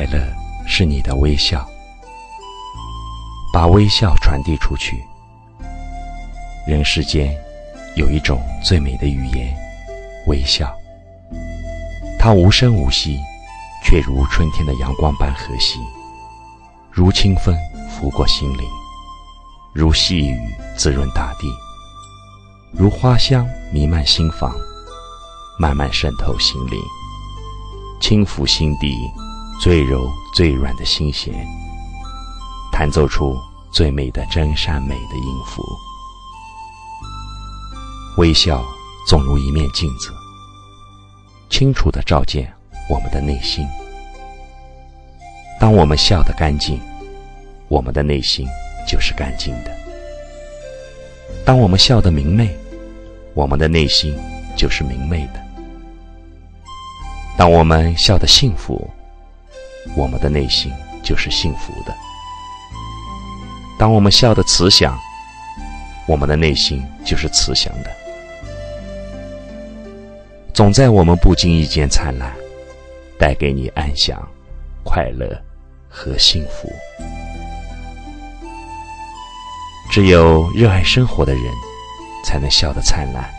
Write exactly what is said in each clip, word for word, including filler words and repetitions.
快乐是你的微笑，把微笑传递出去。人世间有一种最美的语言，微笑。它无声无息，却如春天的阳光般和煦，如清风拂过心灵，如细雨滋润大地，如花香弥漫心房，慢慢渗透心灵，轻抚心底最柔最软的心弦，弹奏出最美的真善美的音符。微笑总如一面镜子，清楚地照见我们的内心。当我们笑得干净，我们的内心就是干净的；当我们笑得明媚，我们的内心就是明媚的；当我们笑得幸福，我们的内心就是幸福的；当我们笑得慈祥，我们的内心就是慈祥的。总在我们不经意间灿烂，带给你安详、快乐和幸福。只有热爱生活的人，才能笑得灿烂。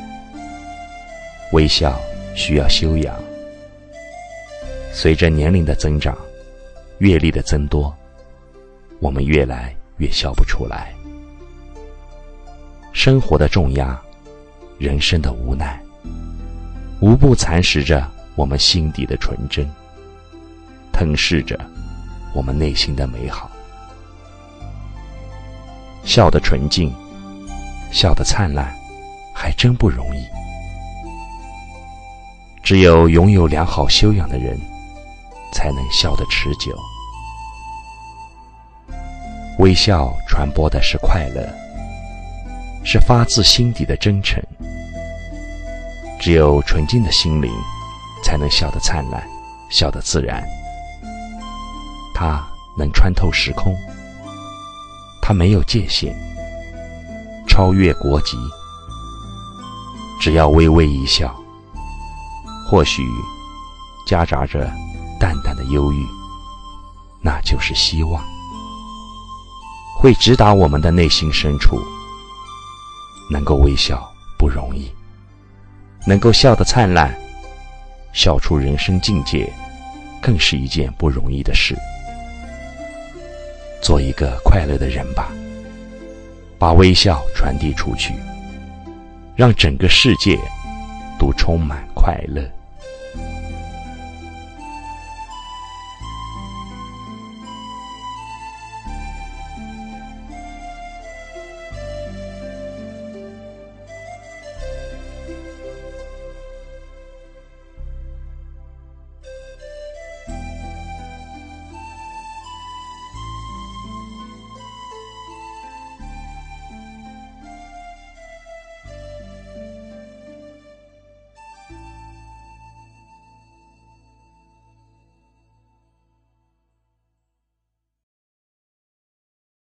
微笑需要修养，随着年龄的增长，阅历的增多，我们越来越笑不出来。生活的重压，人生的无奈，无不蚕食着我们心底的纯真，吞噬着我们内心的美好。笑得纯净，笑得灿烂，还真不容易。只有拥有良好修养的人，才能笑得持久。微笑传播的是快乐，是发自心底的真诚。只有纯净的心灵，才能笑得灿烂，笑得自然。它能穿透时空，它没有界限，超越国籍。只要微微一笑，或许夹杂着淡淡的忧郁，那就是希望，会直达我们的内心深处。能够微笑不容易，能够笑得灿烂，笑出人生境界，更是一件不容易的事。做一个快乐的人吧，把微笑传递出去，让整个世界都充满快乐。